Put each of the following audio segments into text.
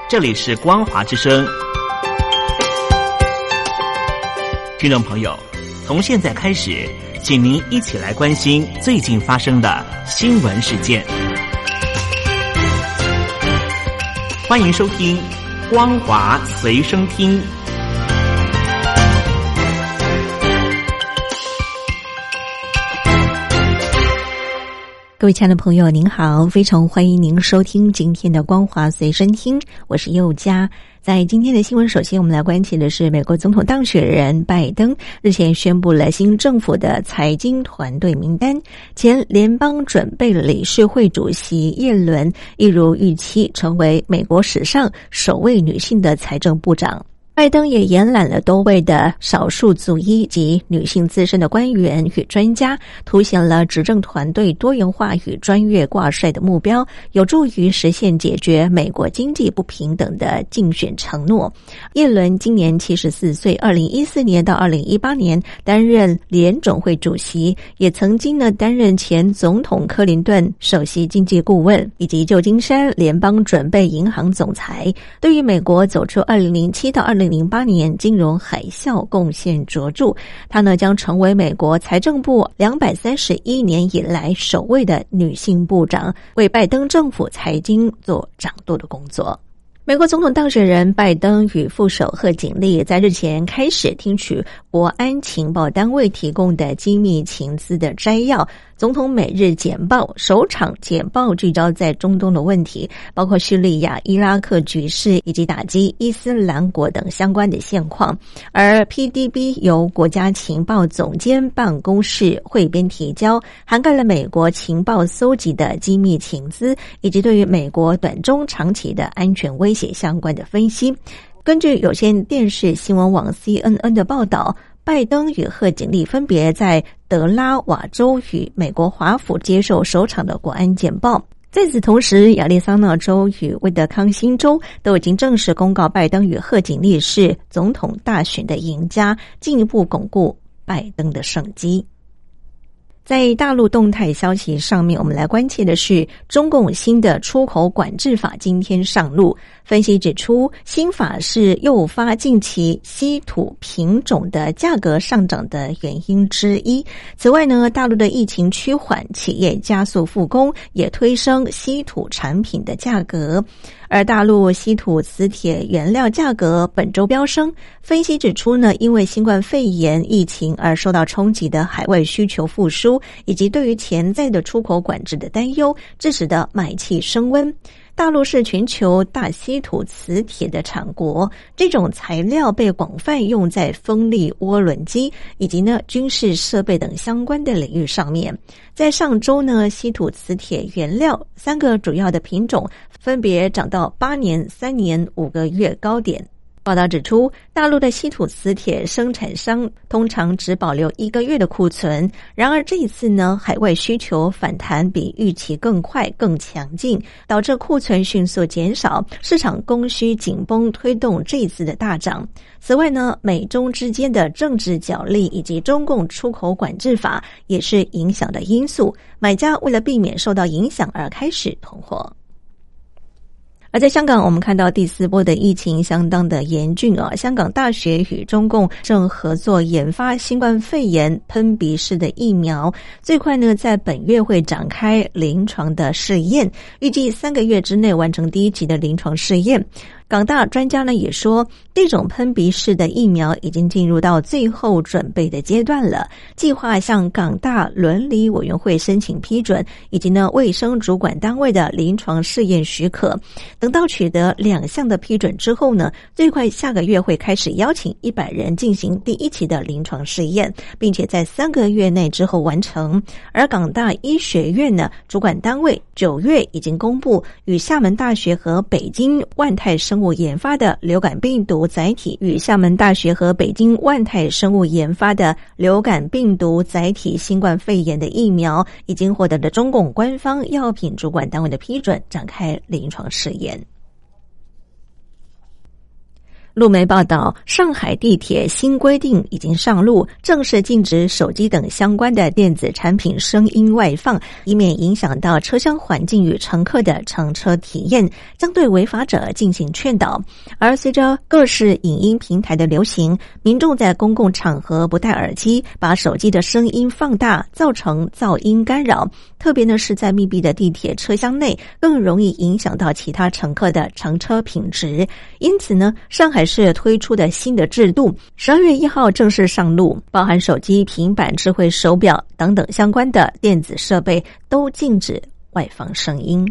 这里是光华之声。听众朋友，从现在开始，请您一起来关心最近发生的新闻事件。欢迎收听光华随身听。 各位亲爱的朋友您好，非常欢迎您收听今天的光华随身听，我是佑佳。在今天的新闻，首先我们来关切的是美国总统当选人拜登日前宣布了新政府的财经团队名单，前联邦准备理事会主席耶伦一如预期成为美国史上首位女性的财政部长。拜登也延揽了多位的少数族裔及女性资深的官员与专家，凸显了执政团队多元化与专业挂帅的目标，有助于实现解决美国经济不平等的竞选承诺。耶伦今年74岁，2014年到2018年担任联总会主席，也曾经担任前总统克林顿首席经济顾问以及旧金山联邦准备银行总裁，对于美国走出2007到2008年金融海啸贡献卓著。她将成为美国财政部231年以来首位的女性部长，为拜登政府财经做掌舵的工作。美国总统当选人拜登与副手贺锦丽在日前开始听取国安情报单位提供的机密情资的摘要。总统每日简报首场简报聚焦在中东的问题，包括叙利亚、伊拉克局势以及打击伊斯兰国等相关的现况。而 PDB 由国家情报总监办公室汇编提交，涵盖了美国情报搜集的机密情资，以及对于美国短中长期的安全威胁相关的分析。根据有线电视新闻网 CNN 的报道，拜登与贺锦丽分别在德拉瓦州与美国华府接受首场的国安简报。在此同时，亚利桑那州与威德康辛州都已经正式公告拜登与贺锦丽是总统大选的赢家，进一步巩固拜登的胜机。在大陆动态消息上面，我们来关切的是中共新的出口管制法今天上路。分析指出，新法是诱发近期稀土品种的价格上涨的原因之一。此外大陆的疫情趋缓，企业加速复工，也推升稀土产品的价格。而大陆稀土磁铁原料价格本周飙升，分析指出因为新冠肺炎疫情而受到冲击的海外需求复苏，以及对于潜在的出口管制的担忧，致使的买气升温。大陆是全球大稀土磁铁的产国，这种材料被广泛用在风力涡轮机以及军事设备等相关的领域上面。在上周稀土磁铁原料3个主要的品种分别涨到8年、3年、5个月高点。报道指出，大陆的稀土磁铁生产商通常只保留1个月的库存，然而这一次海外需求反弹比预期更快更强劲，导致库存迅速减少，市场供需紧绷推动这一次的大涨。此外美中之间的政治角力以及中共出口管制法也是影响的因素，买家为了避免受到影响而开始囤货。而在香港，我们看到第4波的疫情相当的严峻香港大学与中共正合作研发新冠肺炎喷鼻式的疫苗，最快在本月会展开临床的试验，预计3个月之内完成第1期的临床试验。港大专家也说，这种喷鼻式的疫苗已经进入到最后准备的阶段了，计划向港大伦理委员会申请批准，以及卫生主管单位的临床试验许可。等到取得2项的批准之后最快下个月会开始邀请100人进行第1期的临床试验，并且在3个月内之后完成。而港大医学院主管单位9月已经公布与厦门大学和北京万泰生物研发的流感病毒载体与厦门大学和北京万泰生物研发的流感病毒载体新冠肺炎的疫苗已经获得了中共官方药品主管单位的批准，展开临床试验。 路媒报道，上海地铁新规定已经上路，正式禁止手机等相关的电子产品声音外放，以免影响到车厢环境与乘客的乘车体验，将对违法者进行劝导。而随着各式影音平台的流行，民众在公共场合不戴耳机，把手机的声音放大，造成噪音干扰，特别呢是在密闭的地铁车厢内，更容易影响到其他乘客的乘车品质。因此呢，上海市推出的新的制度12月1号正式上路，包含手机、平板、智慧手表等等相关的电子设备都禁止外放声音。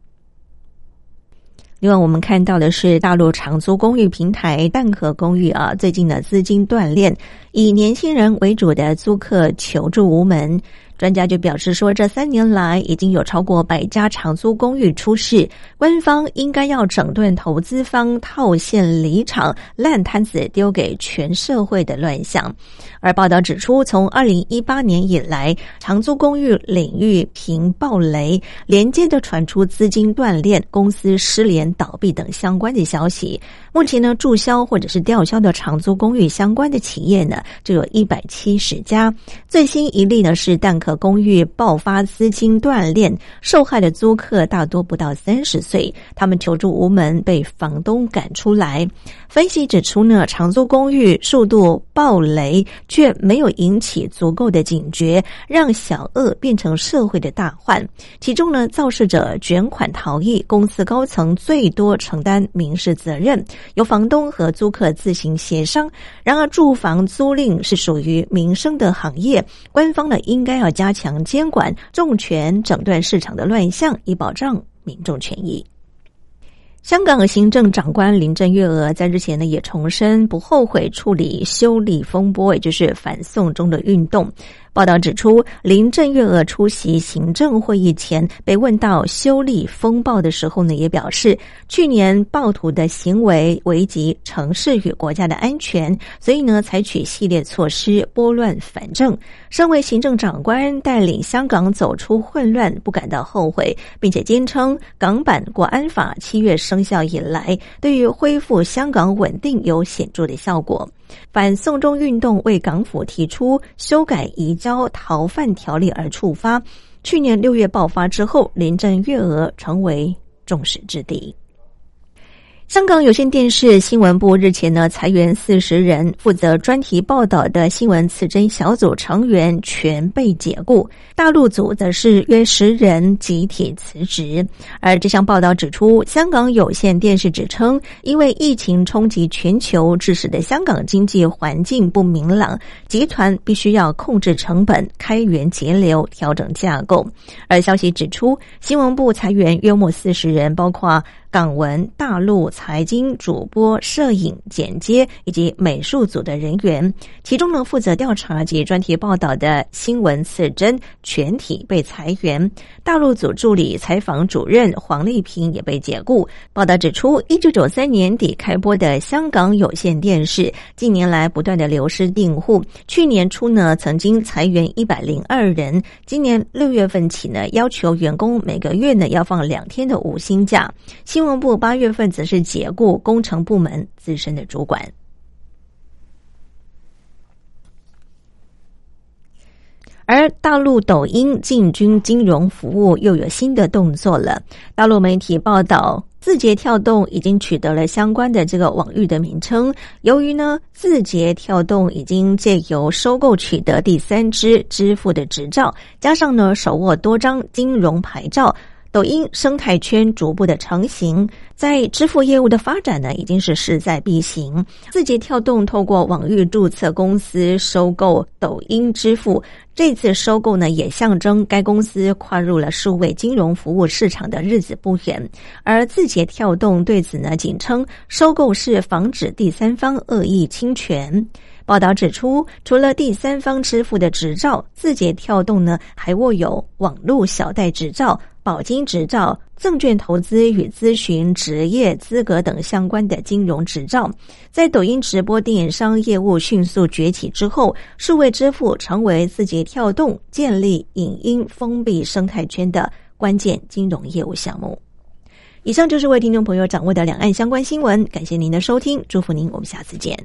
另外我们看到的是大陆长租公寓平台蛋壳公寓最近的资金断裂，以年轻人为主的租客求助无门。专家就表示说，这3年来已经有超过100家长租公寓出事，官方应该要整顿投资方套现离场、烂摊子丢给全社会的乱象。而报道指出，从2018年以来，长租公寓领域频爆雷，连接的传出资金断裂、公司失联倒闭等相关的消息。目前呢，注销或者是吊销的长租公寓相关的企业呢，就有170家。最新一例呢是蛋壳公寓爆发资金断裂，受害的租客大多不到30岁，他们求助无门，被房东赶出来。分析指出呢，长租公寓数度爆雷，却没有引起足够的警觉，让小恶变成社会的大患。其中呢，肇事者卷款逃逸，公司高层最多承担民事责任，由房东和租客自行协商。然而住房租赁是属于民生的行业，官方呢应该要加强监管，重拳整顿市场的乱象，以保障民众权益。香港行政长官林郑月娥在日前呢也重申不后悔处理修例风波，也就是反送中的运动。报道指出，林郑月娥出席行政会议前被问到修例风暴的时候呢，也表示去年暴徒的行为危及城市与国家的安全，所以呢采取系列措施拨乱反正。身为行政长官，带领香港走出混乱，不感到后悔，并且坚称港版国安法7月生效以来，对于恢复香港稳定有显著的效果。反送中运动为港府提出修改移交逃犯条例而触发，去年6月爆发之后，林郑月娥成为众矢之的。香港有线电视新闻部日前呢裁员40人，负责专题报道的新闻刺针小组成员全被解雇，大陆组则是约10人集体辞职。而这项报道指出，香港有线电视指称，因为疫情冲击全球，致使的香港经济环境不明朗，集团必须要控制成本、开源节流、调整架构。而消息指出，新闻部裁员约莫40人，包括港文、大陆、财经、主播、摄影、剪接以及美术组的人员，其中呢负责调查及专题报道的新闻刺针全体被裁员，大陆组助理采访主任黄丽萍也被解雇。报道指出，1993年底开播的香港有线电视近年来不断的流失订户，去年初呢曾经裁员102人，今年6月份起呢要求员工每个月呢要放2天的无薪假。新闻部8月份则是解雇工程部门资深的主管。而大陆抖音进军金融服务又有新的动作了。大陆媒体报道，字节跳动已经取得了相关的这个网域的名称。由于呢，字节跳动已经借由收购取得第3支支付的执照，加上呢手握多张金融牌照，抖音生态圈逐步的成型，在支付业务的发展呢，已经是势在必行。字节跳动透过网域注册公司收购抖音支付，这次收购呢，也象征该公司跨入了数位金融服务市场的日子不远。而字节跳动对此呢，仅称收购是防止第三方恶意侵权。报道指出，除了第三方支付的执照，字节跳动呢还握有网络小贷执照、保金执照、证券投资与咨询职业资格等相关的金融执照。在抖音直播电商业务迅速崛起之后，数位支付成为字节跳动建立影音封闭生态圈的关键金融业务项目。 以上就是为听众朋友掌握的两岸相关新闻，感谢您的收听，祝福您，我们下次见。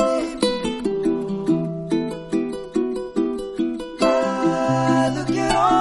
Look at all